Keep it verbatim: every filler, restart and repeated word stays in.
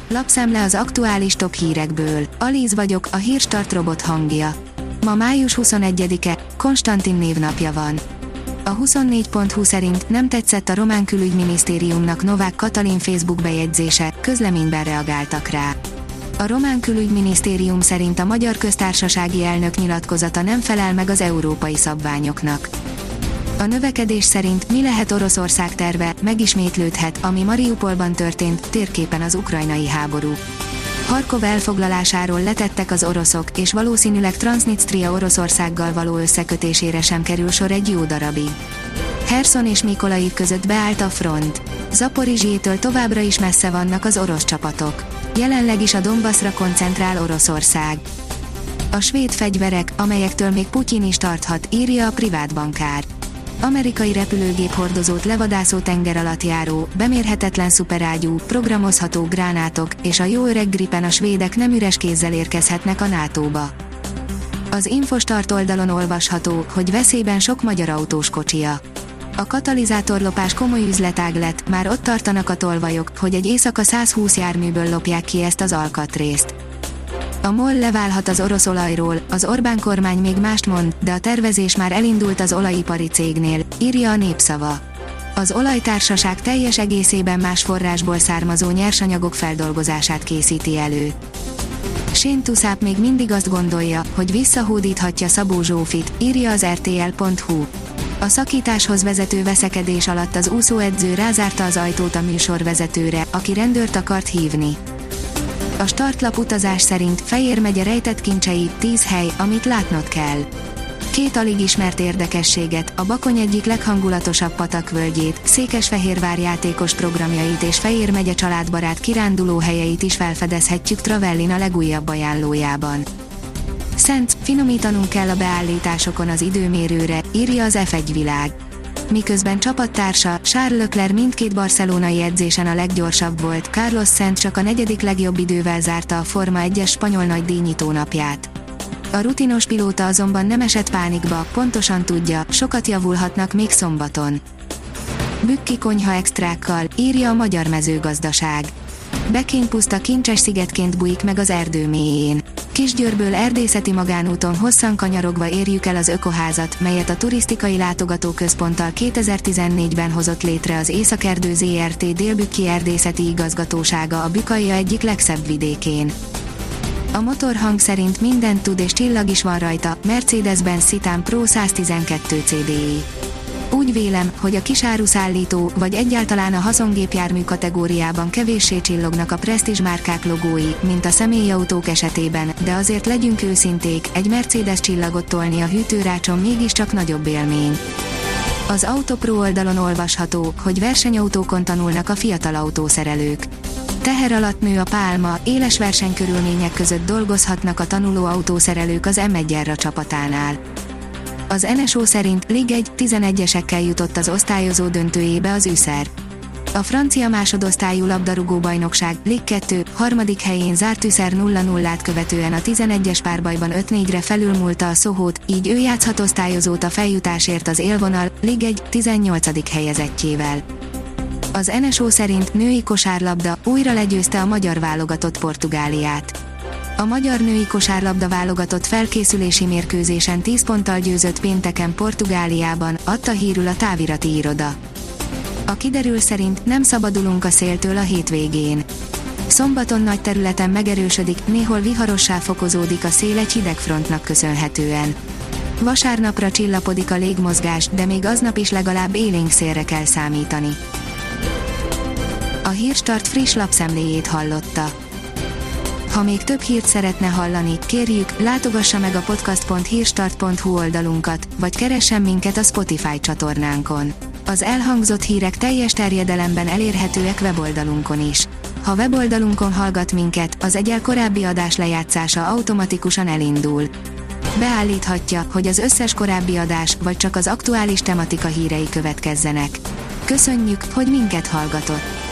Lapszemle az aktuális top hírekből. Alíz vagyok, a Hírstart robot hangja. Ma május huszonegyedike, Konstantin névnapja van. A huszonnégy pont hu szerint nem tetszett a román külügyminisztériumnak Novák Katalin Facebook bejegyzése, közleményben reagáltak rá. A román külügyminisztérium szerint a Magyar Köztársasági Elnök nyilatkozata nem felel meg az európai szabványoknak. A növekedés szerint mi lehet Oroszország terve, megismétlődhet, ami Mariupolban történt, térképen az ukrajnai háború. Harkov elfoglalásáról letettek az oroszok, és valószínűleg Transnistria Oroszországgal való összekötésére sem kerül sor egy jó darabig. Herszon és Mikolaiv között beállt a front. Zaporizsjétől továbbra is messze vannak az orosz csapatok. Jelenleg is a Donbassra koncentrál Oroszország. A svéd fegyverek, amelyektől még Putyin is tarthat, írja a privát bankár. Amerikai repülőgép hordozót levadászó tengeralattjáró, bemérhetetlen szuperágyú, programozható gránátok, és a jó öreg Gripen a svédek nem üres kézzel érkezhetnek a nátóba. Az Infostart oldalon olvasható, hogy veszélyben sok magyar autós kocsia. A katalizátorlopás komoly üzletág lett, már ott tartanak a tolvajok, hogy egy éjszaka száz húsz járműből lopják ki ezt az alkatrészt. A MOL leválhat az orosz olajról, az Orbán kormány még mást mond, de a tervezés már elindult az olajipari cégnél, írja a Népszava. Az olajtársaság teljes egészében más forrásból származó nyersanyagok feldolgozását készíti elő. Shane Tuszáp még mindig azt gondolja, hogy visszahódíthatja Szabó Zsófit, írja az er té el pont hu. A szakításhoz vezető veszekedés alatt az úszóedző rázárta az ajtót a műsorvezetőre, aki rendőrt akart hívni. A startlap utazás szerint Fejér megye rejtett kincsei, tíz hely, amit látnod kell. Két alig ismert érdekességet, a Bakony egyik leghangulatosabb patakvölgyét, Székesfehérvár játékos programjait és Fejér megye családbarát kiránduló helyeit is felfedezhetjük Travellin a legújabb ajánlójában. Szent, finomítanunk kell a beállításokon az időmérőre, írja az ef egy világ. Miközben csapattársa, Charles Leclerc mindkét barcelonai edzésen a leggyorsabb volt, Carlos Sainz csak a negyedik legjobb idővel zárta a Forma egyes spanyol nagydíj nyitónapját. A rutinos pilóta azonban nem esett pánikba, pontosan tudja, sokat javulhatnak még szombaton. Bükki konyha extrákkal, írja a Magyar Mezőgazdaság. Bekénypuszta kincses szigetként bújik meg az erdő mélyén. Kisgyőrből erdészeti magánúton hosszan kanyarogva érjük el az ökoházat, melyet a turisztikai látogatóközponttal kétezer-tizennégyben hozott létre az Északerdő zé er té Délbükki erdészeti igazgatósága a Bükkalja egyik legszebb vidékén. A motorhang szerint mindent tud és csillag is van rajta, Mercedes-Benz Citan Pro száztizenkettő cé dé i. Úgy vélem, hogy a kisáruszállító, vagy egyáltalán a haszongépjármű kategóriában kevéssé csillognak a presztízs márkák logói, mint a személyautók esetében, de azért legyünk őszinték, egy Mercedes csillagot tolni a hűtőrácson mégiscsak nagyobb élmény. Az Autopro oldalon olvasható, hogy versenyautókon tanulnak a fiatal autószerelők. Teher alatt nő a pálma, éles versenykörülmények között dolgozhatnak a tanuló autószerelők az em egy er csapatánál. Az en es o szerint Ligue egy tizenegyesekkel jutott az osztályozó döntőjébe az Űszer. A francia másodosztályú labdarúgó bajnokság Ligue kettő harmadik helyén zárt Űszer nulla nullát követően a tizenegyes párbajban öt négyre felülmúlta a Sohót, így ő játszhat osztályozót a feljutásért az élvonal Ligue egy tizennyolcadik helyezettjével. Az en es o szerint női kosárlabda újra legyőzte a magyar válogatott Portugáliát. A magyar női kosárlabda válogatott felkészülési mérkőzésen tíz ponttal győzött pénteken Portugáliában, adta hírül a távirati iroda. A kiderül szerint nem szabadulunk a széltől a hétvégén. Szombaton nagy területen megerősödik, néhol viharossá fokozódik a szél egy hideg frontnak köszönhetően. Vasárnapra csillapodik a légmozgás, de még aznap is legalább élénk szélre kell számítani. A Hírstart friss lapszemléjét hallotta. Ha még több hírt szeretne hallani, kérjük, látogassa meg a podcast pont hírstart pont hu oldalunkat, vagy keressen minket a Spotify csatornánkon. Az elhangzott hírek teljes terjedelemben elérhetőek weboldalunkon is. Ha weboldalunkon hallgat minket, az egyel korábbi adás lejátszása automatikusan elindul. Beállíthatja, hogy az összes korábbi adás, vagy csak az aktuális tematika hírei következzenek. Köszönjük, hogy minket hallgatott!